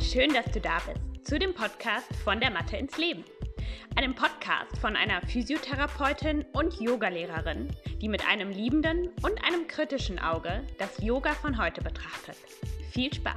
Schön, dass du da bist zu dem Podcast von der Mathe ins Leben. Einem Podcast von einer Physiotherapeutin und Yogalehrerin, die mit einem liebenden und einem kritischen Auge das Yoga von heute betrachtet. Viel Spaß!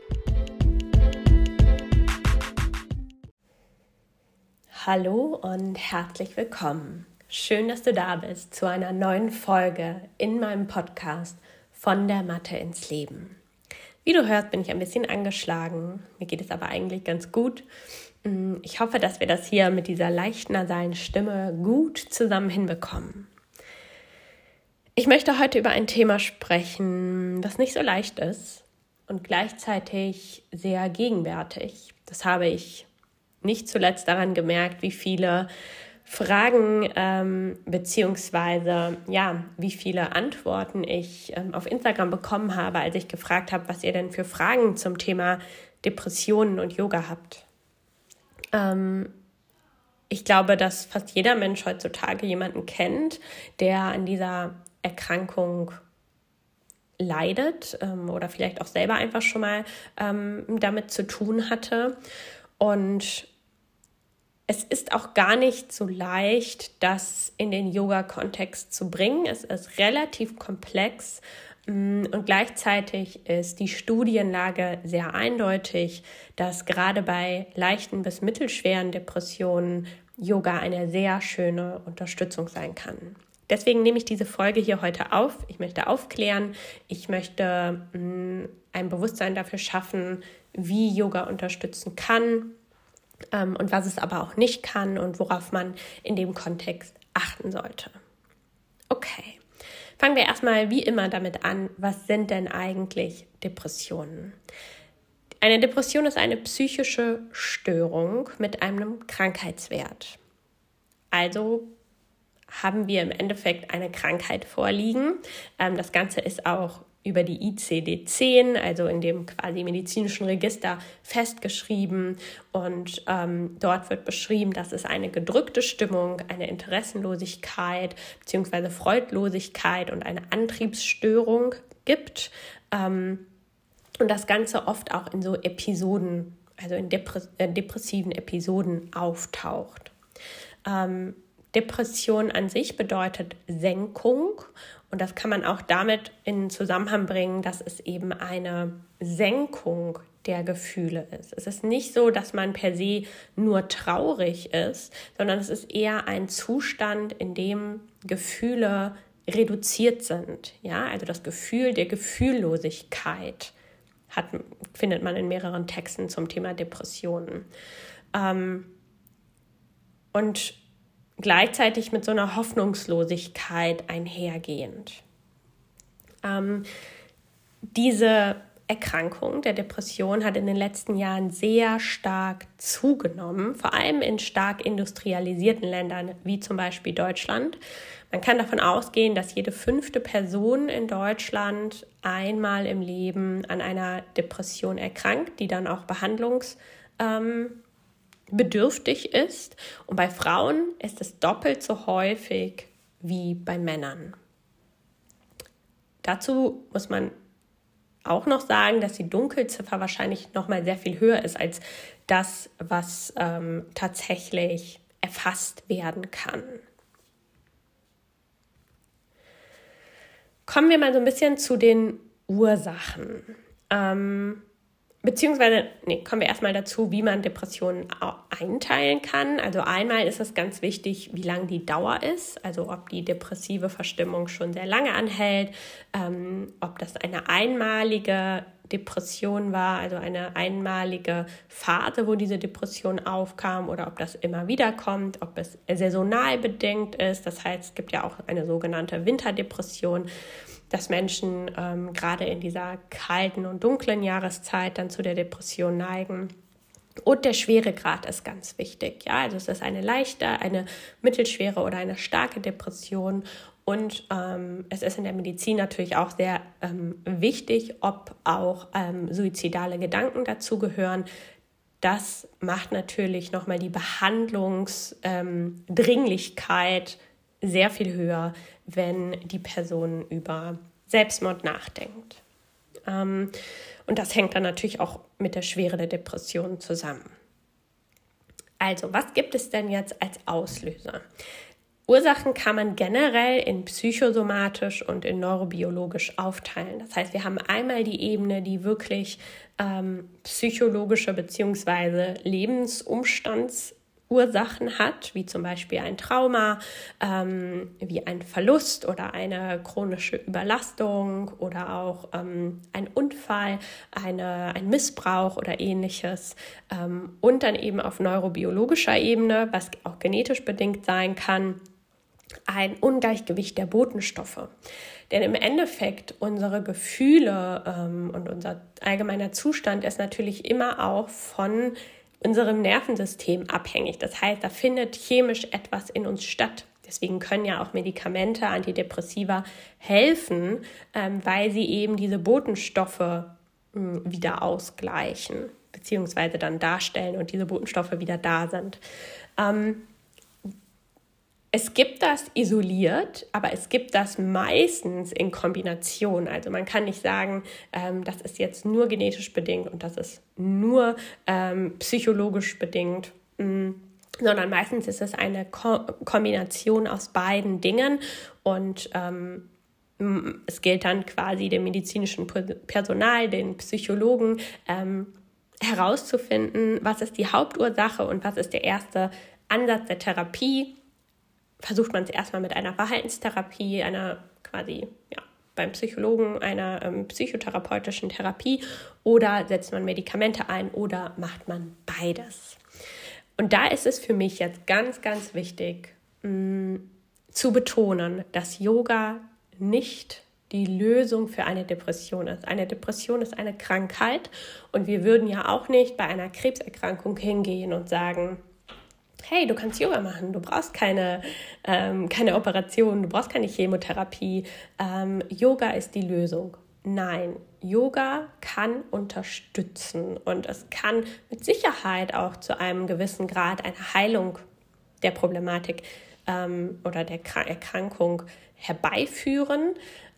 Hallo und herzlich willkommen. Schön, dass du da bist zu einer neuen Folge in meinem Podcast von der Mathe ins Leben. Wie du hörst, bin ich ein bisschen angeschlagen. Mir geht es aber eigentlich ganz gut. Ich hoffe, dass wir das hier mit dieser leicht nasalen Stimme gut zusammen hinbekommen. Ich möchte heute über ein Thema sprechen, das nicht so leicht ist und gleichzeitig sehr gegenwärtig. Das habe ich nicht zuletzt daran gemerkt, wie viele Fragen beziehungsweise wie viele Antworten ich auf Instagram bekommen habe, als ich gefragt habe, was ihr denn für Fragen zum Thema Depressionen und Yoga habt. Ich glaube, dass fast jeder Mensch heutzutage jemanden kennt, der an dieser Erkrankung leidet oder vielleicht auch selber einfach schon mal damit zu tun hatte. Und es ist auch gar nicht so leicht, das in den Yoga-Kontext zu bringen. Es ist relativ komplex und gleichzeitig ist die Studienlage sehr eindeutig, dass gerade bei leichten bis mittelschweren Depressionen Yoga eine sehr schöne Unterstützung sein kann. Deswegen nehme ich diese Folge hier heute auf. Ich möchte aufklären, ich möchte ein Bewusstsein dafür schaffen, wie Yoga unterstützen kann, und was es aber auch nicht kann und worauf man in dem Kontext achten sollte. Okay, fangen wir erstmal wie immer damit an, was sind denn eigentlich Depressionen? Eine Depression ist eine psychische Störung mit einem Krankheitswert. Also haben wir im Endeffekt eine Krankheit vorliegen. Das Ganze ist auch über die ICD-10, also in dem quasi medizinischen Register, festgeschrieben. Und dort wird beschrieben, dass es eine gedrückte Stimmung, eine Interessenlosigkeit bzw. Freudlosigkeit und eine Antriebsstörung gibt. Und das Ganze oft auch in so Episoden, also in depressiven Episoden auftaucht. Depression an sich bedeutet Senkung. Und das kann man auch damit in Zusammenhang bringen, dass es eben eine Senkung der Gefühle ist. Es ist nicht so, dass man per se nur traurig ist, sondern es ist eher ein Zustand, in dem Gefühle reduziert sind. Ja, also das Gefühl der Gefühllosigkeit findet man in mehreren Texten zum Thema Depressionen. Und gleichzeitig mit so einer Hoffnungslosigkeit einhergehend. Diese Erkrankung der Depression hat in den letzten Jahren sehr stark zugenommen, vor allem in stark industrialisierten Ländern wie zum Beispiel Deutschland. Man kann davon ausgehen, dass jede 5. Person in Deutschland einmal im Leben an einer Depression erkrankt, die dann auch bedürftig ist. Und bei Frauen ist es doppelt so häufig wie bei Männern. Dazu muss man auch noch sagen, dass die Dunkelziffer wahrscheinlich noch mal sehr viel höher ist als das, was tatsächlich erfasst werden kann. Kommen wir mal so ein bisschen zu den Ursachen. Kommen wir erstmal dazu, wie man Depressionen einteilen kann. Also einmal ist es ganz wichtig, wie lang die Dauer ist, also ob die depressive Verstimmung schon sehr lange anhält, ob das eine einmalige Depression war, also eine einmalige Phase, wo diese Depression aufkam, oder ob das immer wieder kommt, ob es saisonal bedingt ist. Das heißt, es gibt ja auch eine sogenannte Winterdepression, dass Menschen gerade in dieser kalten und dunklen Jahreszeit dann zu der Depression neigen. Und der Schweregrad ist ganz wichtig. Ja, also es ist eine leichte, eine mittelschwere oder eine starke Depression. Und es ist in der Medizin natürlich auch sehr wichtig, ob auch suizidale Gedanken dazugehören. Das macht natürlich nochmal die Behandlungsdringlichkeit sehr viel höher, wenn die Person über Selbstmord nachdenkt. Und das hängt dann natürlich auch mit der Schwere der Depression zusammen. Also, was gibt es denn jetzt als Auslöser? Ursachen kann man generell in psychosomatisch und in neurobiologisch aufteilen. Das heißt, wir haben einmal die Ebene, die wirklich psychologische bzw. Lebensumstandsursachen hat, wie zum Beispiel ein Trauma, wie ein Verlust oder eine chronische Überlastung oder auch ein Unfall, ein Missbrauch oder ähnliches. Und dann eben auf neurobiologischer Ebene, was auch genetisch bedingt sein kann, ein Ungleichgewicht der Botenstoffe. Denn im Endeffekt unsere Gefühle und unser allgemeiner Zustand ist natürlich immer auch von unserem Nervensystem abhängig. Das heißt, da findet chemisch etwas in uns statt. Deswegen können ja auch Medikamente, Antidepressiva helfen, weil sie eben diese Botenstoffe wieder ausgleichen, beziehungsweise dann darstellen und diese Botenstoffe wieder da sind. Es gibt das isoliert, aber es gibt das meistens in Kombination. Also man kann nicht sagen, das ist jetzt nur genetisch bedingt und das ist nur psychologisch bedingt, sondern meistens ist es eine Kombination aus beiden Dingen und es gilt dann quasi dem medizinischen Personal, den Psychologen, herauszufinden, was ist die Hauptursache und was ist der erste Ansatz der Therapie. Versucht man es erstmal mit einer Verhaltenstherapie, beim Psychologen einer psychotherapeutischen Therapie oder setzt man Medikamente ein oder macht man beides. Und da ist es für mich jetzt ganz, ganz wichtig zu betonen, dass Yoga nicht die Lösung für eine Depression ist. Eine Depression ist eine Krankheit und wir würden ja auch nicht bei einer Krebserkrankung hingehen und sagen, hey, du kannst Yoga machen, du brauchst keine Operation, du brauchst keine Chemotherapie. Yoga ist die Lösung. Nein, Yoga kann unterstützen und es kann mit Sicherheit auch zu einem gewissen Grad eine Heilung der Problematik oder der Erkrankung herbeiführen.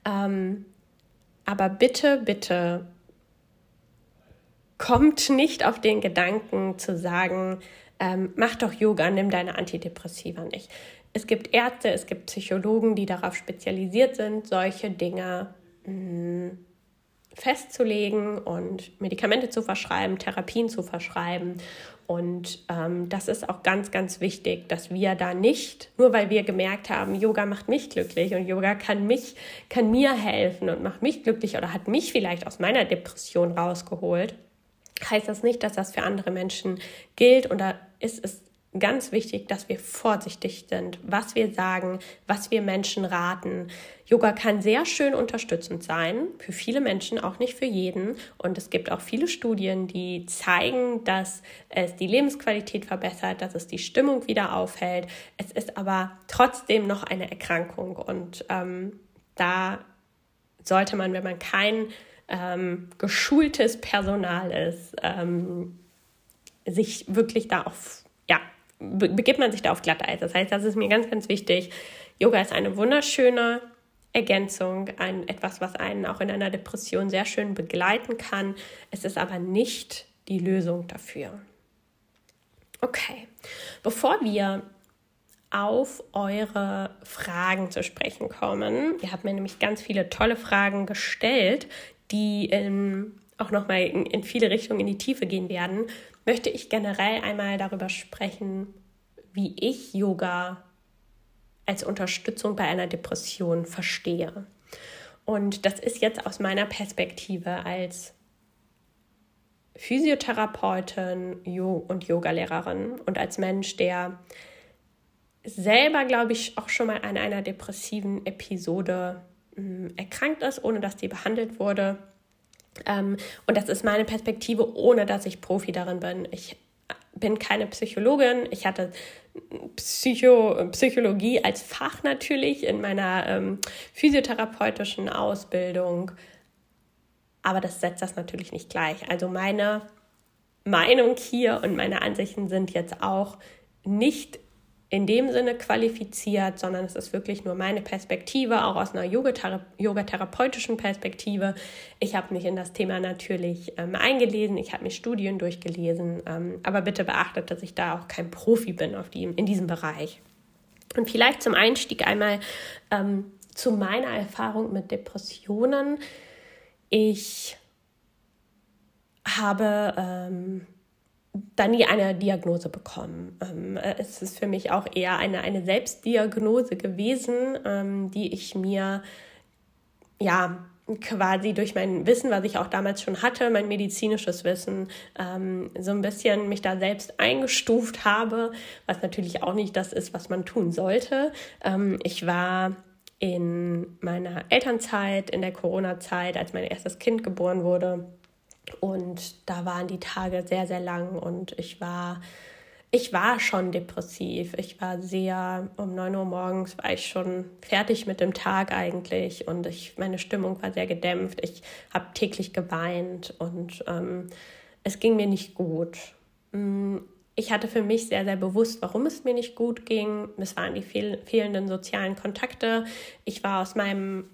Aber bitte, bitte kommt nicht auf den Gedanken zu sagen, mach doch Yoga, nimm deine Antidepressiva nicht. Es gibt Ärzte, es gibt Psychologen, die darauf spezialisiert sind, solche Dinge festzulegen und Medikamente zu verschreiben, Therapien zu verschreiben. Und das ist auch ganz, ganz wichtig, dass wir da nicht, nur weil wir gemerkt haben, Yoga macht mich glücklich und Yoga kann mir helfen und macht mich glücklich oder hat mich vielleicht aus meiner Depression rausgeholt, heißt das nicht, dass das für andere Menschen gilt. Und da ist es ganz wichtig, dass wir vorsichtig sind, was wir sagen, was wir Menschen raten. Yoga kann sehr schön unterstützend sein, für viele Menschen, auch nicht für jeden. Und es gibt auch viele Studien, die zeigen, dass es die Lebensqualität verbessert, dass es die Stimmung wieder aufhält. Es ist aber trotzdem noch eine Erkrankung. Und da sollte man, wenn man kein geschultes Personal ist, sich wirklich begibt man sich da auf Glatteis. Das heißt, das ist mir ganz, ganz wichtig. Yoga ist eine wunderschöne Ergänzung, etwas, was einen auch in einer Depression sehr schön begleiten kann. Es ist aber nicht die Lösung dafür. Okay, bevor wir auf eure Fragen zu sprechen kommen, ihr habt mir nämlich ganz viele tolle Fragen gestellt, die auch nochmal in viele Richtungen in die Tiefe gehen werden, möchte ich generell einmal darüber sprechen, wie ich Yoga als Unterstützung bei einer Depression verstehe. Und das ist jetzt aus meiner Perspektive als Physiotherapeutin und Yogalehrerin und als Mensch, der selber, glaube ich, auch schon mal an einer depressiven Episode erkrankt ist, ohne dass die behandelt wurde. Und das ist meine Perspektive, ohne dass ich Profi darin bin. Ich bin keine Psychologin. Ich hatte Psychologie als Fach natürlich in meiner physiotherapeutischen Ausbildung. Aber das setzt das natürlich nicht gleich. Also meine Meinung hier und meine Ansichten sind jetzt auch nicht in dem Sinne qualifiziert, sondern es ist wirklich nur meine Perspektive, auch aus einer yogatherapeutischen Perspektive. Ich habe mich in das Thema natürlich eingelesen, ich habe mir Studien durchgelesen, aber bitte beachtet, dass ich da auch kein Profi bin in diesem Bereich. Und vielleicht zum Einstieg einmal zu meiner Erfahrung mit Depressionen. Ich habe da nie eine Diagnose bekommen. Es ist für mich auch eher eine Selbstdiagnose gewesen, die ich mir quasi durch mein Wissen, was ich auch damals schon hatte, mein medizinisches Wissen, so ein bisschen mich da selbst eingestuft habe, was natürlich auch nicht das ist, was man tun sollte. Ich war in meiner Elternzeit, in der Corona-Zeit, als mein erstes Kind geboren wurde, und da waren die Tage sehr, sehr lang und ich war schon depressiv. Ich war um 9 Uhr morgens war ich schon fertig mit dem Tag eigentlich und meine Stimmung war sehr gedämpft. Ich habe täglich geweint und es ging mir nicht gut. Ich hatte für mich sehr, sehr bewusst, warum es mir nicht gut ging. Es waren die fehlenden sozialen Kontakte. Ich war aus meinem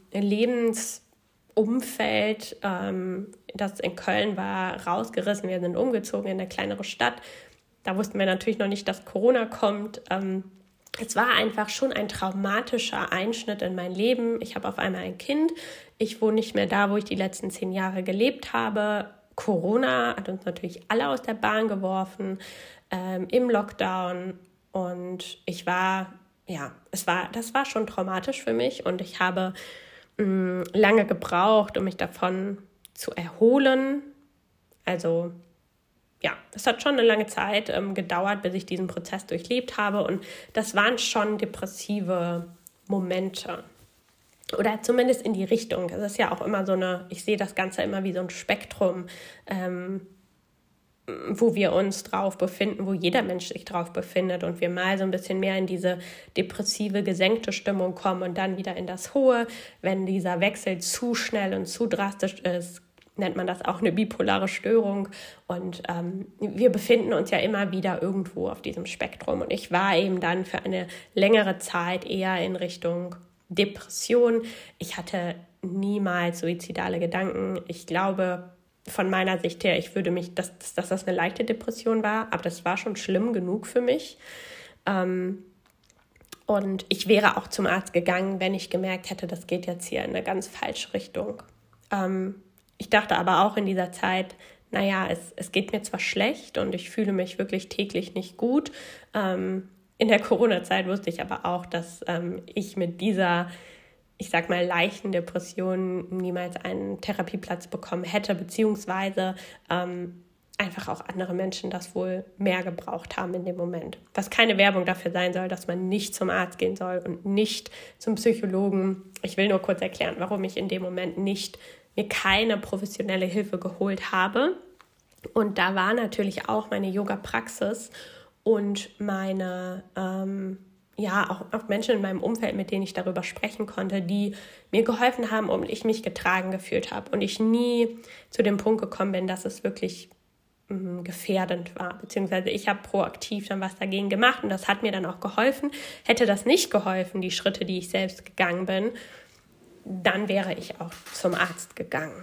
Umfeld, das in Köln war, rausgerissen. Wir sind umgezogen in eine kleinere Stadt. Da wussten wir natürlich noch nicht, dass Corona kommt. Es war einfach schon ein traumatischer Einschnitt in mein Leben. Ich habe auf einmal ein Kind. Ich wohne nicht mehr da, wo ich die letzten 10 Jahre gelebt habe. Corona hat uns natürlich alle aus der Bahn geworfen, im Lockdown. Und das war schon traumatisch für mich. Und ich habe lange gebraucht, um mich davon zu erholen. Also es hat schon eine lange Zeit gedauert, bis ich diesen Prozess durchlebt habe, und das waren schon depressive Momente. Oder zumindest in die Richtung. Es ist ja auch immer ich sehe das Ganze immer wie so ein Spektrum, wo wir uns drauf befinden, wo jeder Mensch sich drauf befindet und wir mal so ein bisschen mehr in diese depressive, gesenkte Stimmung kommen und dann wieder in das Hohe. Wenn dieser Wechsel zu schnell und zu drastisch ist, nennt man das auch eine bipolare Störung, und wir befinden uns ja immer wieder irgendwo auf diesem Spektrum, und ich war eben dann für eine längere Zeit eher in Richtung Depression. Ich hatte niemals suizidale Gedanken. Ich glaube, von meiner Sicht her, dass das eine leichte Depression war, aber das war schon schlimm genug für mich. Und ich wäre auch zum Arzt gegangen, wenn ich gemerkt hätte, das geht jetzt hier in eine ganz falsche Richtung. Ich dachte aber auch in dieser Zeit, es geht mir zwar schlecht und ich fühle mich wirklich täglich nicht gut. In der Corona-Zeit wusste ich aber auch, dass ich mit dieser, ich sag mal, leichten Depression niemals einen Therapieplatz bekommen hätte, beziehungsweise einfach auch andere Menschen das wohl mehr gebraucht haben in dem Moment. Was keine Werbung dafür sein soll, dass man nicht zum Arzt gehen soll und nicht zum Psychologen. Ich will nur kurz erklären, warum ich in dem Moment mir keine professionelle Hilfe geholt habe. Und da war natürlich auch meine Yoga-Praxis und meine auch Menschen in meinem Umfeld, mit denen ich darüber sprechen konnte, die mir geholfen haben und ich mich getragen gefühlt habe und ich nie zu dem Punkt gekommen bin, dass es wirklich gefährdend war, beziehungsweise ich habe proaktiv dann was dagegen gemacht und das hat mir dann auch geholfen. Hätte das nicht geholfen, die Schritte, die ich selbst gegangen bin, dann wäre ich auch zum Arzt gegangen.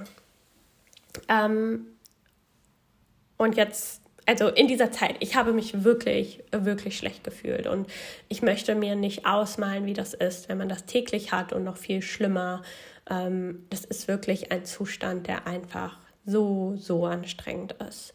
Und jetzt, also in dieser Zeit, ich habe mich wirklich, wirklich schlecht gefühlt und ich möchte mir nicht ausmalen, wie das ist, wenn man das täglich hat und noch viel schlimmer. Das ist wirklich ein Zustand, der einfach so, so anstrengend ist.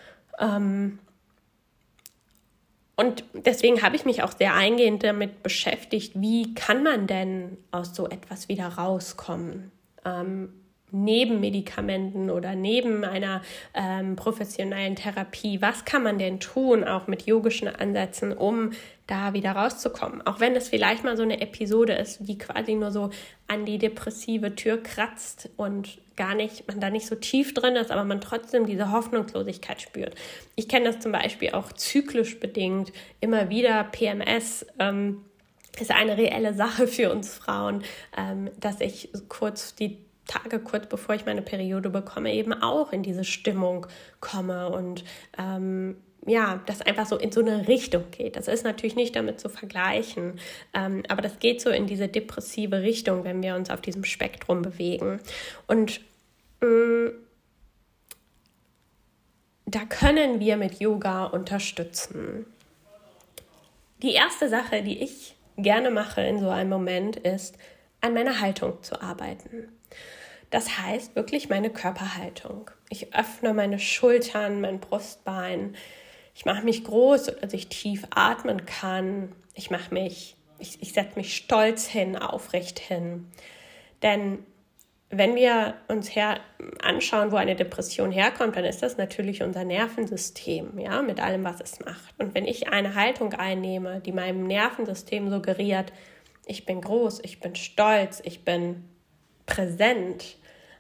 Und deswegen habe ich mich auch sehr eingehend damit beschäftigt, wie kann man denn aus so etwas wieder rauskommen? Neben Medikamenten oder neben einer professionellen Therapie, was kann man denn tun, auch mit yogischen Ansätzen, um da wieder rauszukommen? Auch wenn es vielleicht mal so eine Episode ist, die quasi nur so an die depressive Tür kratzt und man da nicht so tief drin ist, aber man trotzdem diese Hoffnungslosigkeit spürt. Ich kenne das zum Beispiel auch zyklisch bedingt immer wieder. PMS ist eine reelle Sache für uns Frauen, dass ich Tage kurz bevor ich meine Periode bekomme, eben auch in diese Stimmung komme und das einfach so in so eine Richtung geht. Das ist natürlich nicht damit zu vergleichen, aber das geht so in diese depressive Richtung, wenn wir uns auf diesem Spektrum bewegen. Und da können wir mit Yoga unterstützen. Die erste Sache, die ich gerne mache in so einem Moment, ist, an meiner Haltung zu arbeiten. Das heißt wirklich meine Körperhaltung. Ich öffne meine Schultern, mein Brustbein. Ich mache mich groß, sodass ich tief atmen kann. Ich setze mich stolz hin, aufrecht hin. Denn wenn wir uns anschauen, wo eine Depression herkommt, dann ist das natürlich unser Nervensystem, ja, mit allem, was es macht. Und wenn ich eine Haltung einnehme, die meinem Nervensystem suggeriert, ich bin groß, ich bin stolz, ich bin präsent,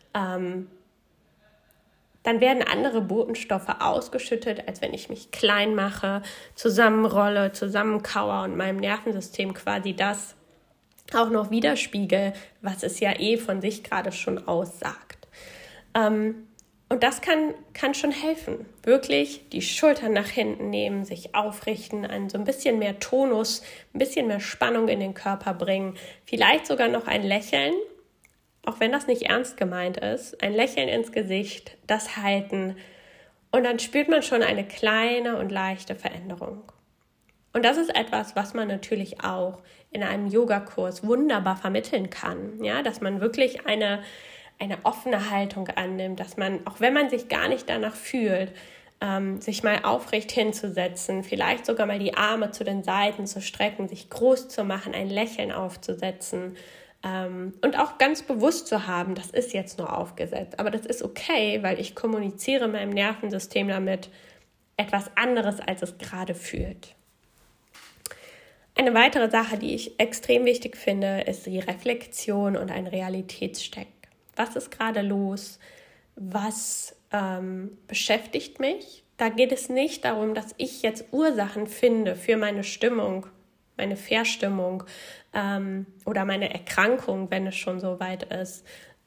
dann werden andere Botenstoffe ausgeschüttet, als wenn ich mich klein mache, zusammenrolle, zusammenkauere und meinem Nervensystem quasi das auch noch widerspiegel, was es ja von sich gerade schon aussagt. Und das kann schon helfen. Wirklich die Schultern nach hinten nehmen, sich aufrichten, so ein bisschen mehr Tonus, ein bisschen mehr Spannung in den Körper bringen. Vielleicht sogar noch ein Lächeln, auch wenn das nicht ernst gemeint ist. Ein Lächeln ins Gesicht, das halten. Und dann spürt man schon eine kleine und leichte Veränderung. Und das ist etwas, was man natürlich auch in einem Yogakurs wunderbar vermitteln kann. Ja, dass man wirklich eine offene Haltung annimmt, dass man, auch wenn man sich gar nicht danach fühlt, sich mal aufrecht hinzusetzen, vielleicht sogar mal die Arme zu den Seiten zu strecken, sich groß zu machen, ein Lächeln aufzusetzen und auch ganz bewusst zu haben, das ist jetzt nur aufgesetzt, aber das ist okay, weil ich kommuniziere meinem Nervensystem damit etwas anderes, als es gerade fühlt. Eine weitere Sache, die ich extrem wichtig finde, ist die Reflexion und ein Realitätscheck. Was ist gerade los? Was beschäftigt mich? Da geht es nicht darum, dass ich jetzt Ursachen finde für meine Stimmung, meine Verstimmung oder meine Erkrankung, wenn es schon so weit ist.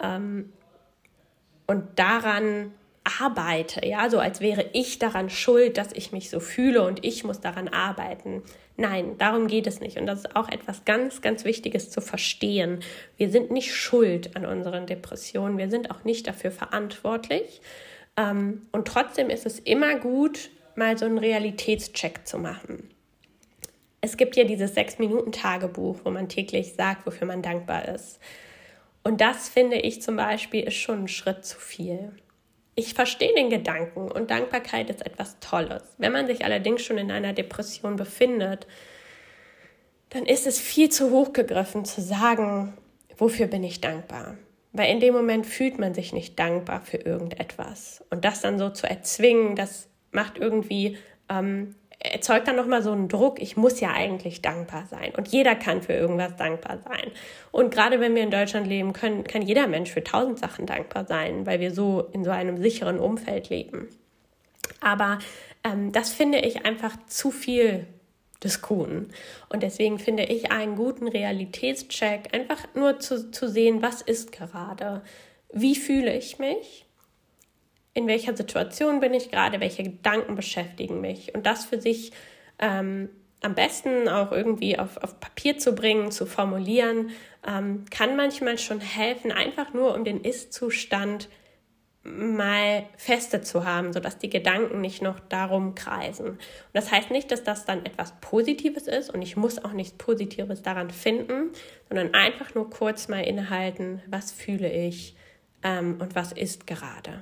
Und daran arbeite, ja, so als wäre ich daran schuld, dass ich mich so fühle und ich muss daran arbeiten. Nein, darum geht es nicht. Und das ist auch etwas ganz, ganz Wichtiges zu verstehen. Wir sind nicht schuld an unseren Depressionen. Wir sind auch nicht dafür verantwortlich. Und trotzdem ist es immer gut, mal so einen Realitätscheck zu machen. Es gibt ja dieses 6-Minuten-Tagebuch, wo man täglich sagt, wofür man dankbar ist. Und das, finde ich zum Beispiel, ist schon ein Schritt zu viel. Ich verstehe den Gedanken und Dankbarkeit ist etwas Tolles. Wenn man sich allerdings schon in einer Depression befindet, dann ist es viel zu hoch gegriffen zu sagen, wofür bin ich dankbar? Weil in dem Moment fühlt man sich nicht dankbar für irgendetwas. Und das dann so zu erzwingen, das macht irgendwie, erzeugt dann nochmal so einen Druck, ich muss ja eigentlich dankbar sein. Und jeder kann für irgendwas dankbar sein. Und gerade wenn wir in Deutschland leben, kann jeder Mensch für 1000 Sachen dankbar sein, weil wir so in so einem sicheren Umfeld leben. Aber das finde ich einfach zu viel des Guten. Und deswegen finde ich einen guten Realitätscheck, einfach nur zu sehen, was ist gerade, wie fühle ich mich, in welcher Situation bin ich gerade, welche Gedanken beschäftigen mich. Und das für sich am besten auch irgendwie auf Papier zu bringen, zu formulieren, kann manchmal schon helfen, einfach nur um den Ist-Zustand mal feste zu haben, sodass die Gedanken nicht noch darum kreisen. Und das heißt nicht, dass das dann etwas Positives ist und ich muss auch nichts Positives daran finden, sondern einfach nur kurz mal innehalten, was fühle ich und was ist gerade.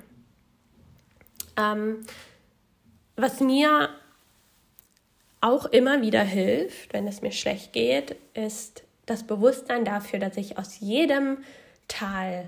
Was mir auch immer wieder hilft, wenn es mir schlecht geht, ist das Bewusstsein dafür, dass ich aus jedem Tal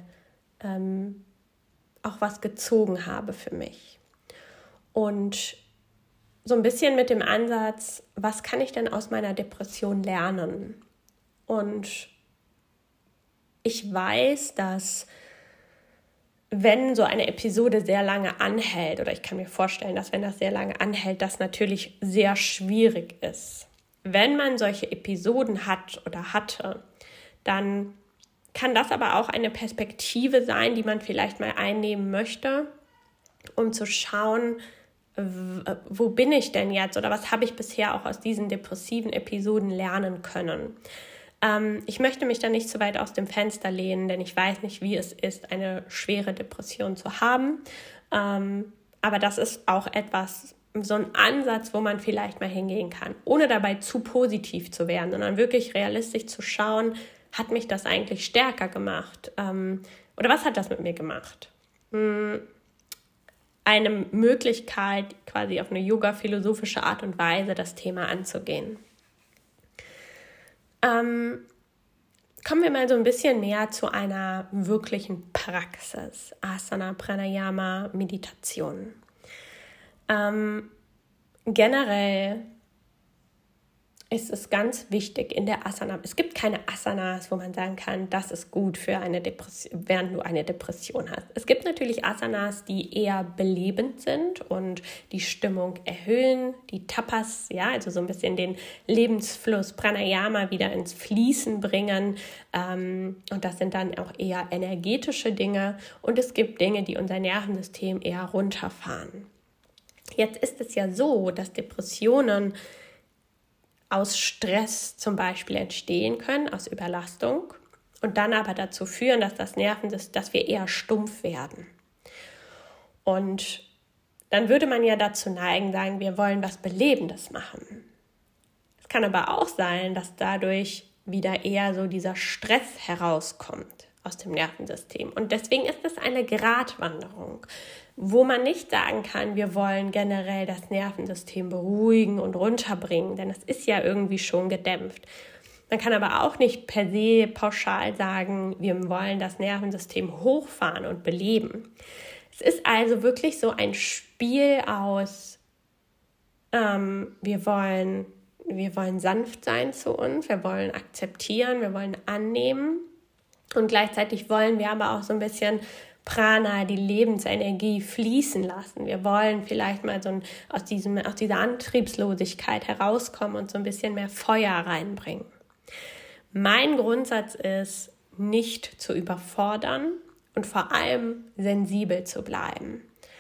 auch was gezogen habe für mich. Und so ein bisschen mit dem Ansatz, was kann ich denn aus meiner Depression lernen? Und ich weiß, dass wenn so eine Episode sehr lange anhält, oder ich kann mir vorstellen, dass wenn das sehr lange anhält, das natürlich sehr schwierig ist. Wenn man solche Episoden hat oder hatte, dann kann das aber auch eine Perspektive sein, die man vielleicht mal einnehmen möchte, um zu schauen, wo bin ich denn jetzt oder was habe ich bisher auch aus diesen depressiven Episoden lernen können. Ich möchte mich da nicht zu weit aus dem Fenster lehnen, denn ich weiß nicht, wie es ist, eine schwere Depression zu haben. Aber das ist auch etwas, so ein Ansatz, wo man vielleicht mal hingehen kann, ohne dabei zu positiv zu werden, sondern wirklich realistisch zu schauen, hat mich das eigentlich stärker gemacht? Oder was hat das mit mir gemacht? Eine Möglichkeit, quasi auf eine yoga-philosophische Art und Weise das Thema anzugehen. Kommen wir mal so ein bisschen mehr zu einer wirklichen Praxis. Asana, Pranayama, Meditation. Generell ist es ganz wichtig in der Asana. Es gibt keine Asanas, wo man sagen kann, das ist gut für eine Depression, während du eine Depression hast. Es gibt natürlich Asanas, die eher belebend sind und die Stimmung erhöhen, die Tapas, ja, also so ein bisschen den Lebensfluss Pranayama wieder ins Fließen bringen. Und das sind dann auch eher energetische Dinge. Und es gibt Dinge, die unser Nervensystem eher runterfahren. Jetzt ist es ja so, dass Depressionen aus Stress zum Beispiel entstehen können, aus Überlastung und dann aber dazu führen, dass das Nervensystem, dass wir eher stumpf werden. Und dann würde man ja dazu neigen, sagen, wir wollen was Belebendes machen. Es kann aber auch sein, dass dadurch wieder eher so dieser Stress herauskommt aus dem Nervensystem. Und deswegen ist es eine Gratwanderung, wo man nicht sagen kann, wir wollen generell das Nervensystem beruhigen und runterbringen, denn es ist ja irgendwie schon gedämpft. Man kann aber auch nicht per se pauschal sagen, wir wollen das Nervensystem hochfahren und beleben. Es ist also wirklich so ein Spiel aus, wir wollen sanft sein zu uns, wir wollen akzeptieren, wir wollen annehmen und gleichzeitig wollen wir aber auch so ein bisschen Prana, die Lebensenergie fließen lassen. Wir wollen vielleicht mal so aus dieser Antriebslosigkeit herauskommen und so ein bisschen mehr Feuer reinbringen. Mein Grundsatz ist, nicht zu überfordern und vor allem sensibel zu bleiben.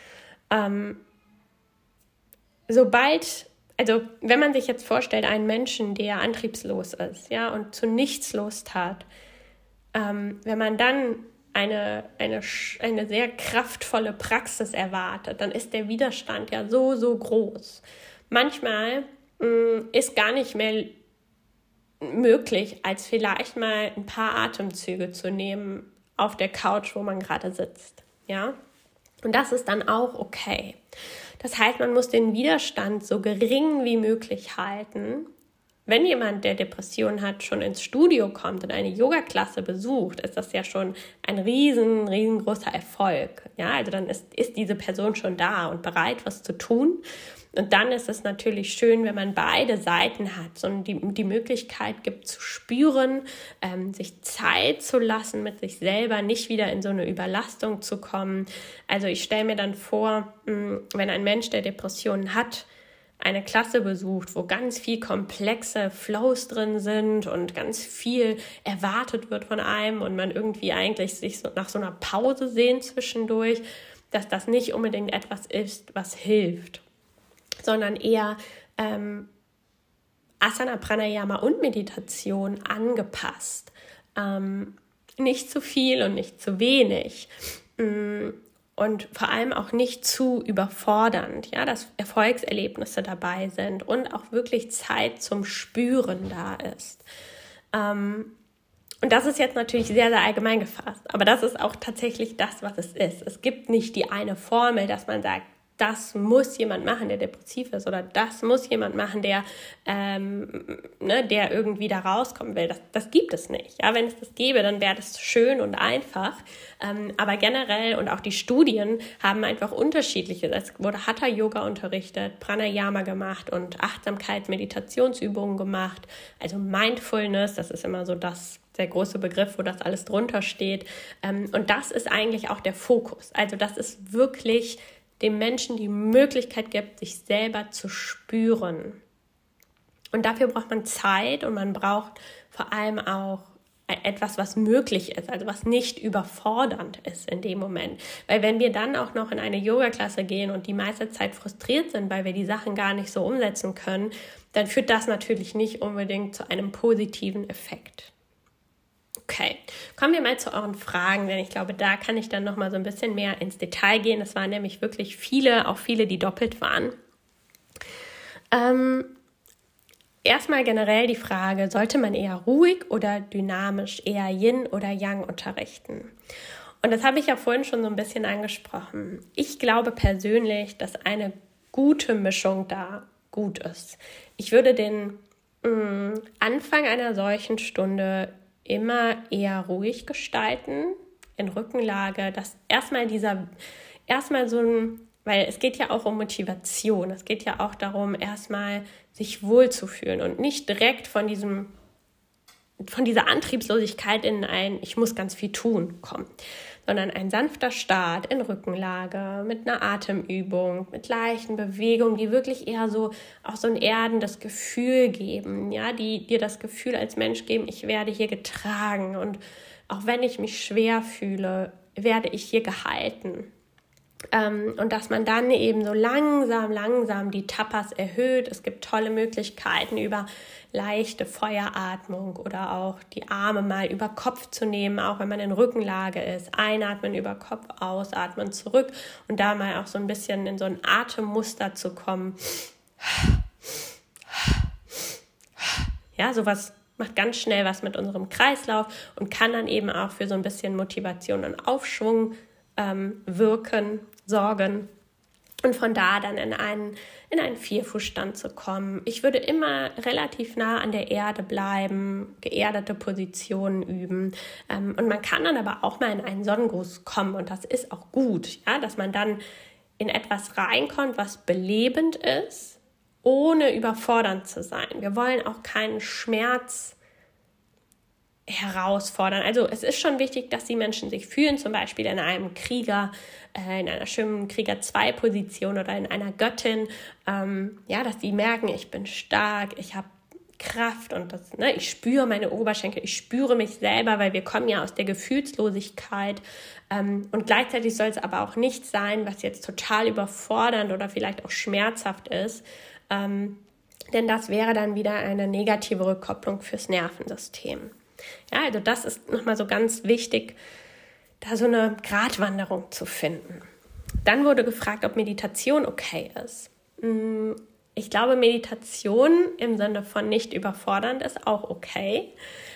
Wenn man sich jetzt vorstellt, einen Menschen, der antriebslos ist, ja, und zu nichts Lust hat, wenn man dann eine sehr kraftvolle Praxis erwartet, dann ist der Widerstand ja so groß. Manchmal ist gar nicht mehr möglich, als vielleicht mal ein paar Atemzüge zu nehmen auf der Couch, wo man gerade sitzt. Ja? Und das ist dann auch okay. Das heißt, man muss den Widerstand so gering wie möglich halten. Wenn jemand, der Depression hat, schon ins Studio kommt und eine Yoga-Klasse besucht, ist das ja schon ein riesengroßer Erfolg. Ja, also dann ist diese Person schon da und bereit, was zu tun. Und dann ist es natürlich schön, wenn man beide Seiten hat und die Möglichkeit gibt zu spüren, sich Zeit zu lassen mit sich selber, nicht wieder in so eine Überlastung zu kommen. Also ich stelle mir dann vor, wenn ein Mensch, der Depressionen hat, eine Klasse besucht, wo ganz viel komplexe Flows drin sind und ganz viel erwartet wird von einem und man irgendwie eigentlich sich so nach so einer Pause sehnt zwischendurch, dass das nicht unbedingt etwas ist, was hilft, sondern eher Asana, Pranayama und Meditation angepasst. Nicht zu viel und nicht zu wenig. Und vor allem auch nicht zu überfordernd, ja, dass Erfolgserlebnisse dabei sind und auch wirklich Zeit zum Spüren da ist. Und das ist jetzt natürlich sehr, sehr allgemein gefasst, aber das ist auch tatsächlich das, was es ist. Es gibt nicht die eine Formel, dass man sagt, das muss jemand machen, der depressiv ist, oder das muss jemand machen, der irgendwie da rauskommen will. Das gibt es nicht. Ja, wenn es das gäbe, dann wäre das schön und einfach. Aber generell und auch die Studien haben einfach unterschiedliche. Es wurde Hatha-Yoga unterrichtet, Pranayama gemacht und Achtsamkeits-Meditationsübungen gemacht. Also Mindfulness, das ist immer so der große Begriff, wo das alles drunter steht. Und das ist eigentlich auch der Fokus. Also das ist wirklich dem Menschen die Möglichkeit gibt, sich selber zu spüren. Und dafür braucht man Zeit und man braucht vor allem auch etwas, was möglich ist, also was nicht überfordernd ist in dem Moment. Weil wenn wir dann auch noch in eine Yoga-Klasse gehen und die meiste Zeit frustriert sind, weil wir die Sachen gar nicht so umsetzen können, dann führt das natürlich nicht unbedingt zu einem positiven Effekt. Okay, kommen wir mal zu euren Fragen, denn ich glaube, da kann ich dann nochmal so ein bisschen mehr ins Detail gehen. Es waren nämlich wirklich viele, auch viele, die doppelt waren. Erstmal generell die Frage, sollte man eher ruhig oder dynamisch, eher Yin oder Yang unterrichten? Und das habe ich ja vorhin schon so ein bisschen angesprochen. Ich glaube persönlich, dass eine gute Mischung da gut ist. Ich würde den Anfang einer solchen Stunde immer eher ruhig gestalten, in Rückenlage, dass erstmal so ein, weil es geht ja auch um Motivation, es geht ja auch darum, erstmal sich wohlzufühlen und nicht direkt von dieser Antriebslosigkeit in ein Ich muss ganz viel tun kommen, sondern ein sanfter Start in Rückenlage mit einer Atemübung, mit leichten Bewegungen, die wirklich eher so auch so ein erdendes Gefühl geben, ja, die dir das Gefühl als Mensch geben, ich werde hier getragen und auch wenn ich mich schwer fühle, werde ich hier gehalten. Und dass man dann eben so langsam die Tapas erhöht. Es gibt tolle Möglichkeiten über leichte Feueratmung oder auch die Arme mal über Kopf zu nehmen, auch wenn man in Rückenlage ist. Einatmen über Kopf, ausatmen zurück und da mal auch so ein bisschen in so ein Atemmuster zu kommen. Ja, sowas macht ganz schnell was mit unserem Kreislauf und kann dann eben auch für so ein bisschen Motivation und Aufschwung wirken, sorgen und von da dann in einen Vierfußstand zu kommen. Ich würde immer relativ nah an der Erde bleiben, geerdete Positionen üben und man kann dann aber auch mal in einen Sonnengruß kommen und das ist auch gut, ja, dass man dann in etwas reinkommt, was belebend ist, ohne überfordernd zu sein. Wir wollen auch keinen Schmerz herausfordern. Also es ist schon wichtig, dass die Menschen sich fühlen, zum Beispiel in einem Krieger, in einer schönen Krieger-2-Position oder in einer Göttin, dass die merken, ich bin stark, ich habe Kraft und ich spüre meine Oberschenkel, ich spüre mich selber, weil wir kommen ja aus der Gefühlslosigkeit und gleichzeitig soll es aber auch nicht sein, was jetzt total überfordernd oder vielleicht auch schmerzhaft ist, denn das wäre dann wieder eine negative Rückkopplung fürs Nervensystem. Ja, also das ist nochmal so ganz wichtig, da so eine Gratwanderung zu finden. Dann wurde gefragt, ob Meditation okay ist. Ich glaube, Meditation im Sinne von nicht überfordernd ist auch okay.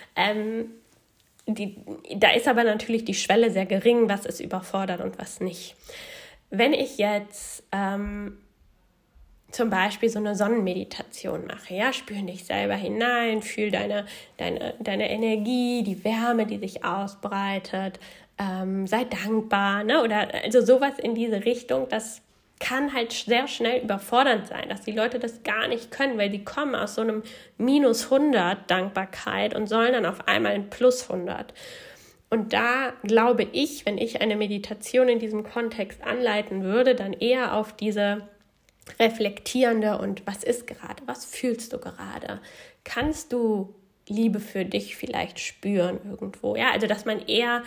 Da ist aber natürlich die Schwelle sehr gering, was ist überfordert und was nicht. Wenn ich jetzt zum Beispiel so eine Sonnenmeditation mache, ja, spür in dich selber hinein, fühl deine Energie, die Wärme, die sich ausbreitet, sei dankbar, ne? Oder also sowas in diese Richtung, das kann halt sehr schnell überfordernd sein, dass die Leute das gar nicht können, weil die kommen aus so einem minus 100 Dankbarkeit und sollen dann auf einmal ein plus 100. Und da glaube ich, wenn ich eine Meditation in diesem Kontext anleiten würde, dann eher auf diese reflektierende und was ist gerade, was fühlst du gerade? Kannst du Liebe für dich vielleicht spüren irgendwo? Ja, also dass man eher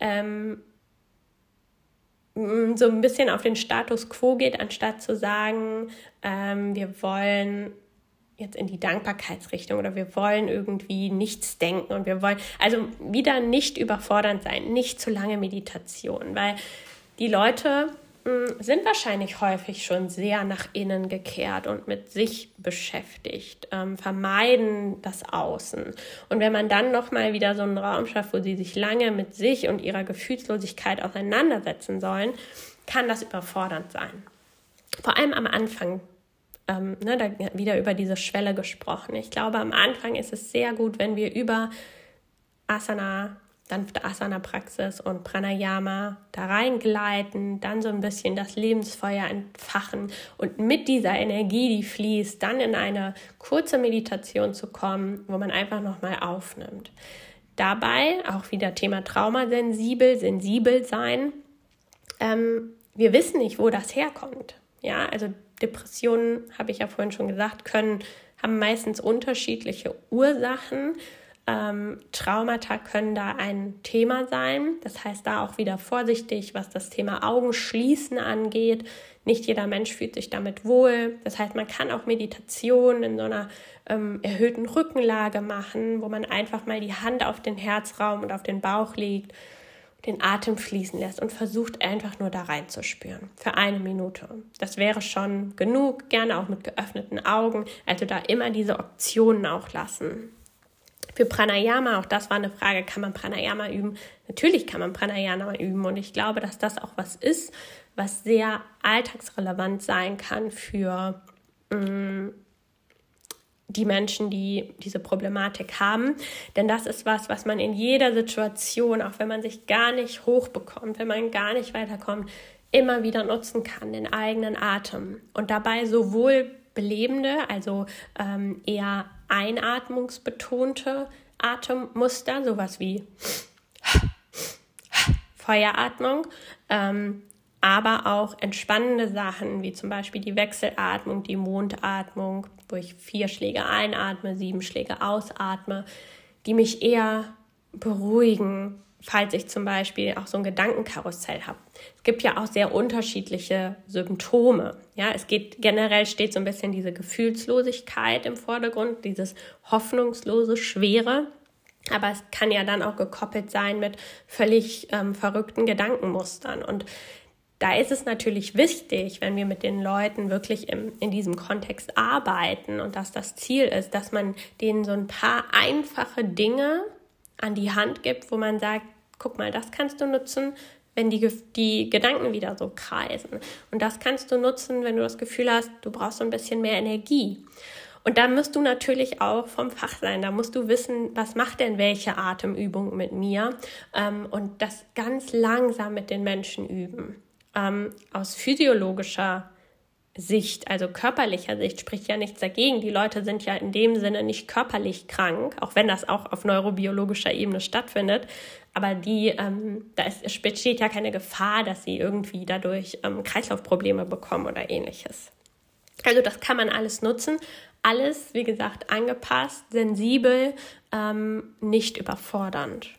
so ein bisschen auf den Status quo geht, anstatt zu sagen, wir wollen jetzt in die Dankbarkeitsrichtung oder wir wollen irgendwie nichts denken und wir wollen also wieder nicht überfordernd sein, nicht zu lange Meditation, weil die Leute sind wahrscheinlich häufig schon sehr nach innen gekehrt und mit sich beschäftigt, vermeiden das Außen. Und wenn man dann nochmal wieder so einen Raum schafft, wo sie sich lange mit sich und ihrer Gefühlslosigkeit auseinandersetzen sollen, kann das überfordernd sein. Vor allem am Anfang, da wieder über diese Schwelle gesprochen. Ich glaube, am Anfang ist es sehr gut, wenn wir über Asana, sanfte Asana-Praxis und Pranayama da reingleiten, dann so ein bisschen das Lebensfeuer entfachen und mit dieser Energie, die fließt, dann in eine kurze Meditation zu kommen, wo man einfach nochmal aufnimmt. Dabei auch wieder Thema Traumasensibel, sensibel sein. Wir wissen nicht, wo das herkommt. Ja, also Depressionen, habe ich ja vorhin schon gesagt, haben meistens unterschiedliche Ursachen. Traumata können da ein Thema sein. Das heißt, da auch wieder vorsichtig, was das Thema Augenschließen angeht. Nicht jeder Mensch fühlt sich damit wohl. Das heißt, man kann auch Meditation in so einer erhöhten Rückenlage machen, wo man einfach mal die Hand auf den Herzraum und auf den Bauch legt, den Atem fließen lässt und versucht einfach nur da reinzuspüren. Für 1 Minute. Das wäre schon genug, gerne auch mit geöffneten Augen. Also da immer diese Optionen auch lassen. Für Pranayama, auch das war eine Frage, kann man Pranayama üben? Natürlich kann man Pranayama üben und ich glaube, dass das auch was ist, was sehr alltagsrelevant sein kann für die Menschen, die diese Problematik haben. Denn das ist was man in jeder Situation, auch wenn man sich gar nicht hochbekommt, wenn man gar nicht weiterkommt, immer wieder nutzen kann, den eigenen Atem. Und dabei sowohl belebende, also eher einatmungsbetonte Atemmuster, sowas wie Feueratmung, aber auch entspannende Sachen, wie zum Beispiel die Wechselatmung, die Mondatmung, wo ich 4 Schläge einatme, 7 Schläge ausatme, die mich eher beruhigen, falls ich zum Beispiel auch so ein Gedankenkarussell habe. Es gibt ja auch sehr unterschiedliche Symptome. Ja, generell steht so ein bisschen diese Gefühlslosigkeit im Vordergrund, dieses hoffnungslose, Schwere. Aber es kann ja dann auch gekoppelt sein mit völlig verrückten Gedankenmustern. Und da ist es natürlich wichtig, wenn wir mit den Leuten wirklich in diesem Kontext arbeiten und dass das Ziel ist, dass man denen so ein paar einfache Dinge an die Hand gibt, wo man sagt, guck mal, das kannst du nutzen, wenn die Gedanken wieder so kreisen. Und das kannst du nutzen, wenn du das Gefühl hast, du brauchst so ein bisschen mehr Energie. Und da musst du natürlich auch vom Fach sein. Da musst du wissen, was macht denn welche Atemübung mit mir und das ganz langsam mit den Menschen üben. Aus physiologischer Sicht, also körperlicher Sicht, spricht ja nichts dagegen. Die Leute sind ja in dem Sinne nicht körperlich krank, auch wenn das auch auf neurobiologischer Ebene stattfindet. Aber besteht ja keine Gefahr, dass sie irgendwie dadurch Kreislaufprobleme bekommen oder Ähnliches. Also das kann man alles nutzen. Alles, wie gesagt, angepasst, sensibel, nicht überfordernd.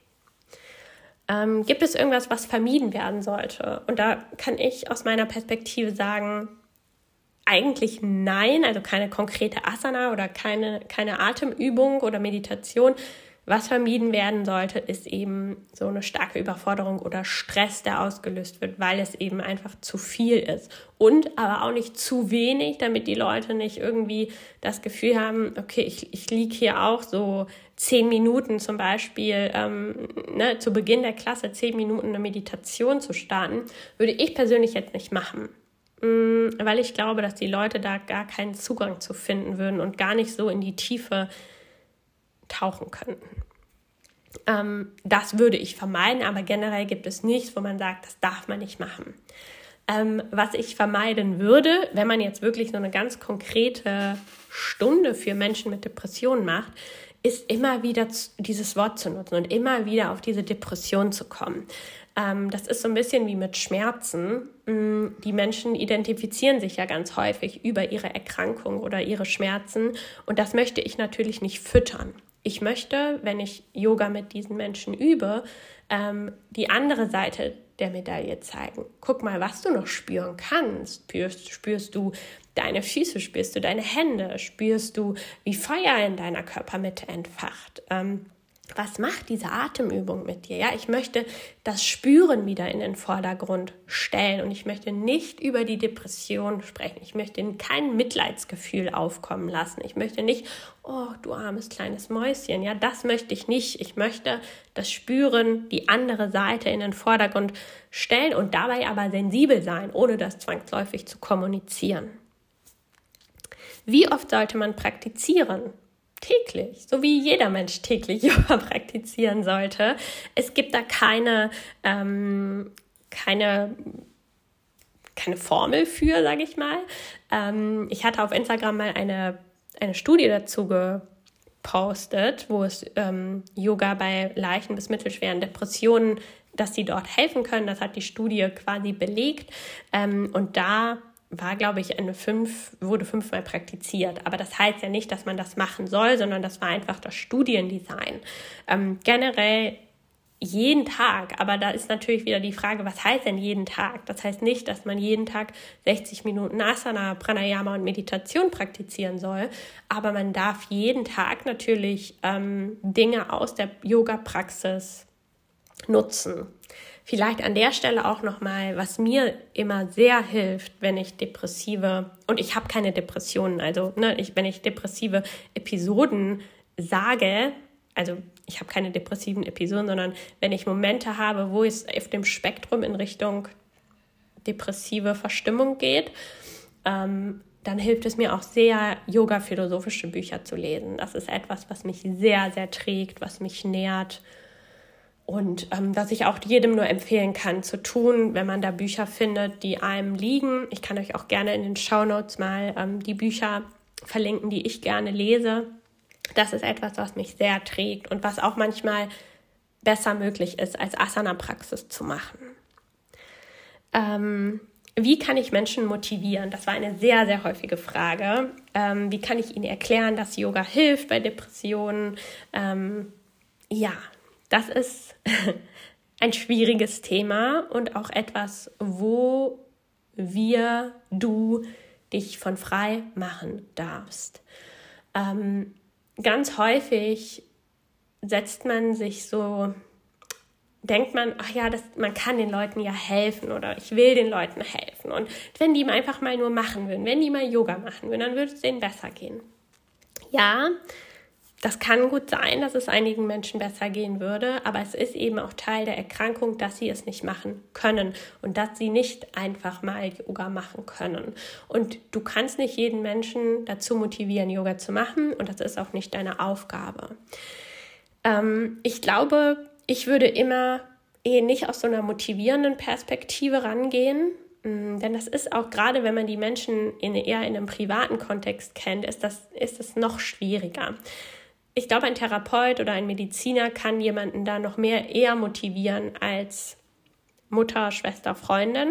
Gibt es irgendwas, was vermieden werden sollte? Und da kann ich aus meiner Perspektive sagen, eigentlich nein, also keine konkrete Asana oder keine Atemübung oder Meditation. Was vermieden werden sollte, ist eben so eine starke Überforderung oder Stress, der ausgelöst wird, weil es eben einfach zu viel ist. Und aber auch nicht zu wenig, damit die Leute nicht irgendwie das Gefühl haben, okay, ich liege hier auch so 10 Minuten zum Beispiel, zu Beginn der Klasse 10 Minuten eine Meditation zu starten, würde ich persönlich jetzt nicht machen. Weil ich glaube, dass die Leute da gar keinen Zugang zu finden würden und gar nicht so in die Tiefe tauchen könnten. Das würde ich vermeiden, aber generell gibt es nichts, wo man sagt, das darf man nicht machen. Was ich vermeiden würde, wenn man jetzt wirklich so eine ganz konkrete Stunde für Menschen mit Depressionen macht, ist immer wieder dieses Wort zu nutzen und immer wieder auf diese Depression zu kommen. Das ist so ein bisschen wie mit Schmerzen. Die Menschen identifizieren sich ja ganz häufig über ihre Erkrankung oder ihre Schmerzen und das möchte ich natürlich nicht füttern. Ich möchte, wenn ich Yoga mit diesen Menschen übe, die andere Seite der Medaille zeigen. Guck mal, was du noch spüren kannst. Spürst du deine Füße, spürst du deine Hände, spürst du, wie Feuer in deiner Körpermitte entfacht. Was macht diese Atemübung mit dir? Ja, ich möchte das Spüren wieder in den Vordergrund stellen und ich möchte nicht über die Depression sprechen. Ich möchte kein Mitleidsgefühl aufkommen lassen. Ich möchte nicht, oh, du armes kleines Mäuschen. Ja, das möchte ich nicht. Ich möchte das Spüren, die andere Seite in den Vordergrund stellen und dabei aber sensibel sein, ohne das zwangsläufig zu kommunizieren. Wie oft sollte man praktizieren? Täglich, so wie jeder Mensch täglich Yoga praktizieren sollte. Es gibt da keine Formel für, sage ich mal. Ich hatte auf Instagram mal eine Studie dazu gepostet, wo es Yoga bei leichten bis mittelschweren Depressionen, dass die dort helfen können. Das hat die Studie quasi belegt. Und da war, glaube ich, wurde 5-mal praktiziert. Aber das heißt ja nicht, dass man das machen soll, sondern das war einfach das Studiendesign. Generell jeden Tag, aber da ist natürlich wieder die Frage, was heißt denn jeden Tag? Das heißt nicht, dass man jeden Tag 60 Minuten Asana, Pranayama und Meditation praktizieren soll, aber man darf jeden Tag natürlich Dinge aus der Yoga-Praxis nutzen. Vielleicht an der Stelle auch nochmal, was mir immer sehr hilft, wenn ich und ich habe keine Depressionen, also wenn ich depressive Episoden sage, also ich habe keine depressiven Episoden, sondern wenn ich Momente habe, wo es auf dem Spektrum in Richtung depressive Verstimmung geht, dann hilft es mir auch sehr, yoga-philosophische Bücher zu lesen. Das ist etwas, was mich sehr, sehr trägt, was mich nährt und was ich auch jedem nur empfehlen kann zu tun, wenn man da Bücher findet, die einem liegen. Ich kann euch auch gerne in den Shownotes mal die Bücher verlinken, die ich gerne lese. Das ist etwas, was mich sehr trägt und was auch manchmal besser möglich ist, als Asana-Praxis zu machen. Wie kann ich Menschen motivieren? Das war eine sehr, sehr häufige Frage. Wie kann ich ihnen erklären, dass Yoga hilft bei Depressionen? Das ist ein schwieriges Thema und auch etwas, wo du dich von frei machen darfst. Ganz häufig denkt man, man kann den Leuten ja helfen oder ich will den Leuten helfen. Und wenn die einfach mal nur machen würden, wenn die mal Yoga machen würden, dann würde es denen besser gehen. Ja, das kann gut sein, dass es einigen Menschen besser gehen würde, aber es ist eben auch Teil der Erkrankung, dass sie es nicht machen können und dass sie nicht einfach mal Yoga machen können. Und du kannst nicht jeden Menschen dazu motivieren, Yoga zu machen und das ist auch nicht deine Aufgabe. Ich glaube, ich würde immer nicht aus so einer motivierenden Perspektive rangehen, denn das ist auch gerade, wenn man die Menschen eher in einem privaten Kontext kennt, ist es noch schwieriger. Ich glaube, ein Therapeut oder ein Mediziner kann jemanden da noch eher motivieren als Mutter, Schwester, Freundin.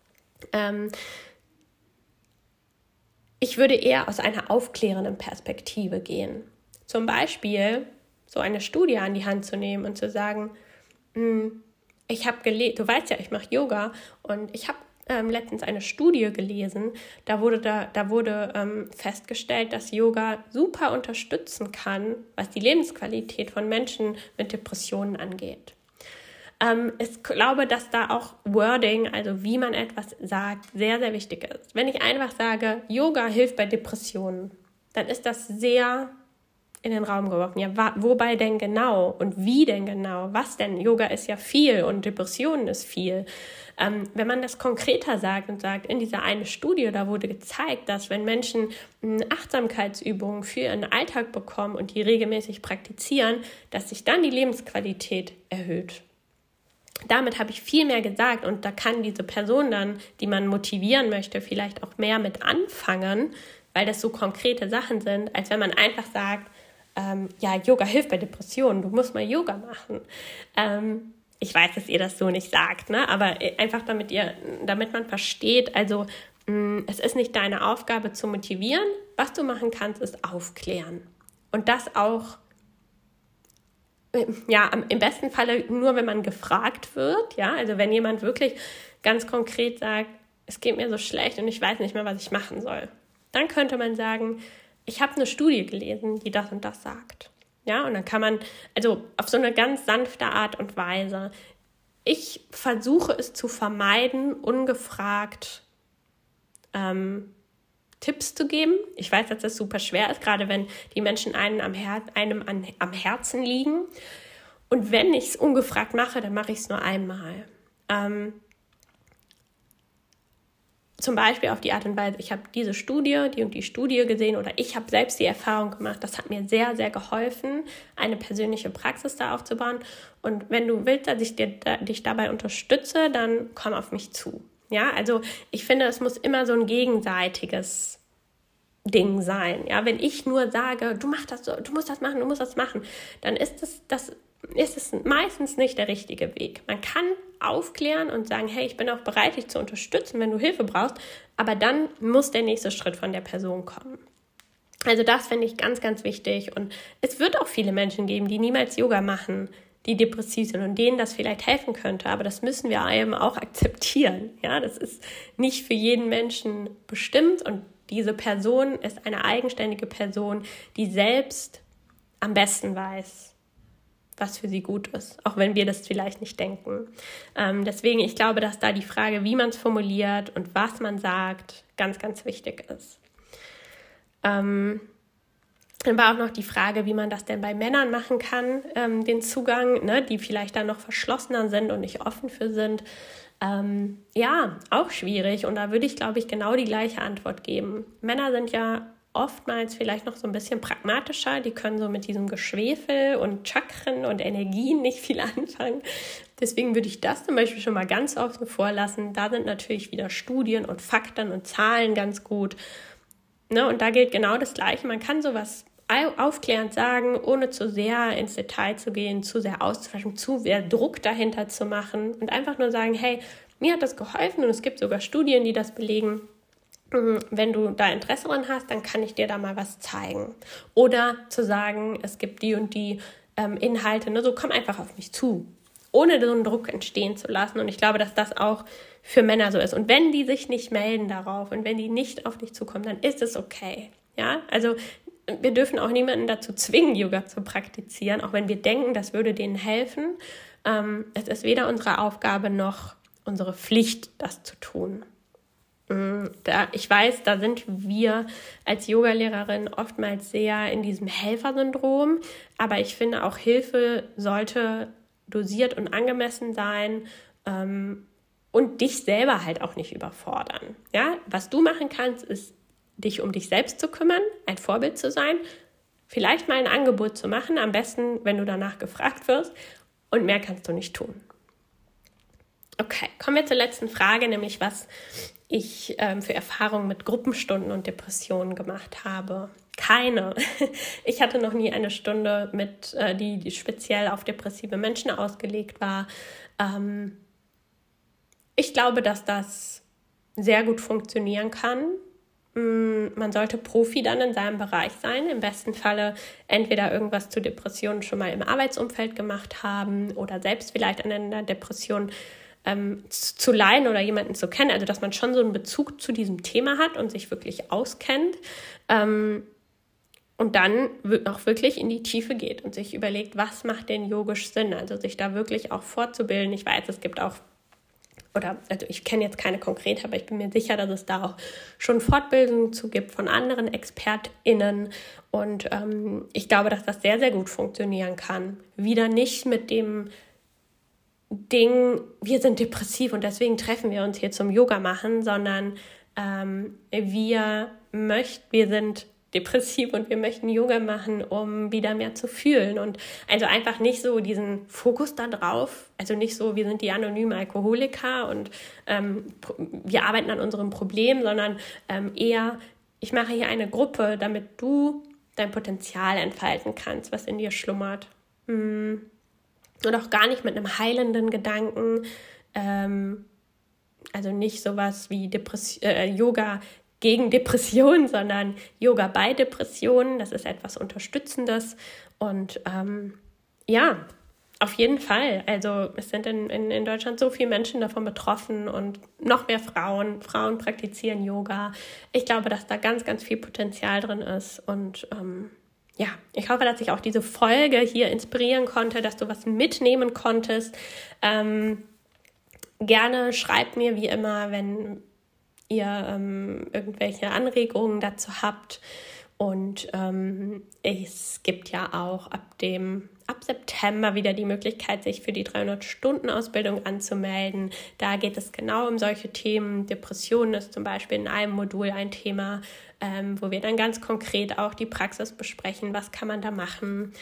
Ich würde eher aus einer aufklärenden Perspektive gehen. Zum Beispiel so eine Studie an die Hand zu nehmen und zu sagen, ich habe du weißt ja, ich mache Yoga und ich habe letztens eine Studie gelesen, da wurde festgestellt, dass Yoga super unterstützen kann, was die Lebensqualität von Menschen mit Depressionen angeht. Ich glaube, dass da auch Wording, also wie man etwas sagt, sehr, sehr wichtig ist. Wenn ich einfach sage, Yoga hilft bei Depressionen, dann ist das sehr in den Raum geworfen. Ja, wobei denn genau und wie denn genau? Was denn? Yoga ist ja viel und Depressionen ist viel. Wenn man das konkreter sagt und sagt, in dieser eine Studie, da wurde gezeigt, dass wenn Menschen Achtsamkeitsübungen für ihren Alltag bekommen und die regelmäßig praktizieren, dass sich dann die Lebensqualität erhöht. Damit habe ich viel mehr gesagt und da kann diese Person dann, die man motivieren möchte, vielleicht auch mehr mit anfangen, weil das so konkrete Sachen sind, als wenn man einfach sagt, Yoga hilft bei Depressionen, du musst mal Yoga machen. Ich weiß, dass ihr das so nicht sagt, ne? Aber einfach damit man versteht, also es ist nicht deine Aufgabe zu motivieren, was du machen kannst, ist aufklären. Und das auch, im besten Falle nur, wenn man gefragt wird, ja, also wenn jemand wirklich ganz konkret sagt, es geht mir so schlecht und ich weiß nicht mehr, was ich machen soll, dann könnte man sagen, ich habe eine Studie gelesen, die das und das sagt. Ja, und dann kann man, also auf so eine ganz sanfte Art und Weise, ich versuche es zu vermeiden, ungefragt Tipps zu geben. Ich weiß, dass das super schwer ist, gerade wenn die Menschen einem am Herzen liegen. Und wenn ich es ungefragt mache, dann mache ich es nur einmal. Zum Beispiel auf die Art und Weise, ich habe diese Studie, die und die Studie gesehen oder ich habe selbst die Erfahrung gemacht, das hat mir sehr, sehr geholfen, eine persönliche Praxis da aufzubauen. Und wenn du willst, dass ich dich dabei unterstütze, dann komm auf mich zu. Ja, also ich finde, es muss immer so ein gegenseitiges Ding sein. Ja, wenn ich nur sage, du musst das machen, dann ist es meistens nicht der richtige Weg. Man kann aufklären und sagen, hey, ich bin auch bereit, dich zu unterstützen, wenn du Hilfe brauchst, aber dann muss der nächste Schritt von der Person kommen. Also das finde ich ganz, ganz wichtig und es wird auch viele Menschen geben, die niemals Yoga machen, die depressiv sind und denen das vielleicht helfen könnte, aber das müssen wir eben auch akzeptieren. Ja, das ist nicht für jeden Menschen bestimmt und diese Person ist eine eigenständige Person, die selbst am besten weiß, was für sie gut ist, auch wenn wir das vielleicht nicht denken. Deswegen, ich glaube, dass da die Frage, wie man es formuliert und was man sagt, ganz, ganz wichtig ist. Dann war auch noch die Frage, wie man das denn bei Männern machen kann, den Zugang, ne, die vielleicht dann noch verschlossener sind und nicht offen für sind. Ja, auch schwierig. Und da würde ich, glaube ich, genau die gleiche Antwort geben. Männer sind ja oftmals vielleicht noch so ein bisschen pragmatischer. Die können so mit diesem Geschwefel und Chakren und Energien nicht viel anfangen. Deswegen würde ich das zum Beispiel schon mal ganz außen vor lassen. Da sind natürlich wieder Studien und Fakten und Zahlen ganz gut. Ne, und da gilt genau das Gleiche. Man kann sowas aufklärend sagen, ohne zu sehr ins Detail zu gehen, zu sehr auszuwaschen, zu sehr Druck dahinter zu machen und einfach nur sagen, hey, mir hat das geholfen und es gibt sogar Studien, die das belegen. Wenn du da Interesse dran hast, dann kann ich dir da mal was zeigen. Oder zu sagen, es gibt die und die Inhalte, ne, so komm einfach auf mich zu, ohne so einen Druck entstehen zu lassen. Und ich glaube, dass das auch für Männer so ist. Und wenn die sich nicht melden darauf und wenn die nicht auf dich zukommen, dann ist es okay. Ja, also wir dürfen auch niemanden dazu zwingen, Yoga zu praktizieren, auch wenn wir denken, das würde denen helfen. Es ist weder unsere Aufgabe noch unsere Pflicht, das zu tun. Ich weiß, da sind wir als Yogalehrerin oftmals sehr in diesem Helfersyndrom, aber ich finde auch Hilfe sollte dosiert und angemessen sein und dich selber halt auch nicht überfordern. Ja? Was du machen kannst, ist dich um dich selbst zu kümmern, ein Vorbild zu sein, vielleicht mal ein Angebot zu machen, am besten, wenn du danach gefragt wirst, und mehr kannst du nicht tun. Okay, kommen wir zur letzten Frage, nämlich was ich für Erfahrungen mit Gruppenstunden und Depressionen gemacht habe. Keine. Ich hatte noch nie eine Stunde mit, die speziell auf depressive Menschen ausgelegt war. Ich glaube, dass das sehr gut funktionieren kann. Man sollte Profi dann in seinem Bereich sein, im besten Falle entweder irgendwas zu Depressionen schon mal im Arbeitsumfeld gemacht haben oder selbst vielleicht an einer Depression zu leiden oder jemanden zu kennen, also dass man schon so einen Bezug zu diesem Thema hat und sich wirklich auskennt und dann auch wirklich in die Tiefe geht und sich überlegt, was macht denn yogisch Sinn, also sich da wirklich auch fortzubilden. Ich weiß, es gibt auch also ich kenne jetzt keine konkret, aber ich bin mir sicher, dass es da auch schon Fortbildungen zu gibt von anderen ExpertInnen und ich glaube, dass das sehr, sehr gut funktionieren kann. Wieder nicht mit dem Ding, wir sind depressiv und deswegen treffen wir uns hier zum Yoga machen, sondern wir sind depressiv und wir möchten Yoga machen, um wieder mehr zu fühlen und also einfach nicht so diesen Fokus da drauf, also nicht so, wir sind die anonymen Alkoholiker und wir arbeiten an unserem Problem, sondern eher, ich mache hier eine Gruppe, damit du dein Potenzial entfalten kannst, was in dir schlummert. Und auch gar nicht mit einem heilenden Gedanken, also nicht sowas wie Yoga gegen Depressionen, sondern Yoga bei Depressionen. Das ist etwas Unterstützendes und ja, auf jeden Fall. Also es sind in Deutschland so viele Menschen davon betroffen und noch mehr Frauen. Frauen praktizieren Yoga. Ich glaube, dass da ganz, ganz viel Potenzial drin ist und ja, ich hoffe, dass ich auch diese Folge hier inspirieren konnte, dass du was mitnehmen konntest. Gerne schreibt mir wie immer, wenn ihr irgendwelche Anregungen dazu habt. Und es gibt ja auch ab September wieder die Möglichkeit, sich für die 300-Stunden-Ausbildung anzumelden. Da geht es genau um solche Themen. Depressionen ist zum Beispiel in einem Modul ein Thema, wo wir dann ganz konkret auch die Praxis besprechen. Was kann man da machen?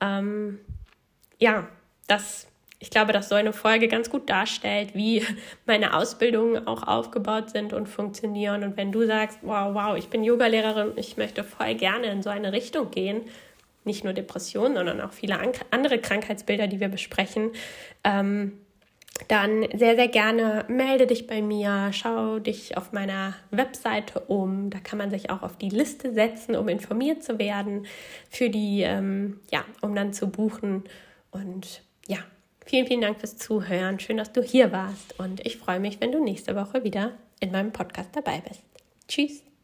Ich glaube, dass so eine Folge ganz gut darstellt, wie meine Ausbildungen auch aufgebaut sind und funktionieren. Und wenn du sagst, wow, ich bin Yogalehrerin, ich möchte voll gerne in so eine Richtung gehen, nicht nur Depressionen, sondern auch viele andere Krankheitsbilder, die wir besprechen, dann sehr, sehr gerne melde dich bei mir, schau dich auf meiner Webseite um. Da kann man sich auch auf die Liste setzen, um informiert zu werden, für die, um dann zu buchen. Und ja, vielen, vielen Dank fürs Zuhören. Schön, dass du hier warst. Und ich freue mich, wenn du nächste Woche wieder in meinem Podcast dabei bist. Tschüss.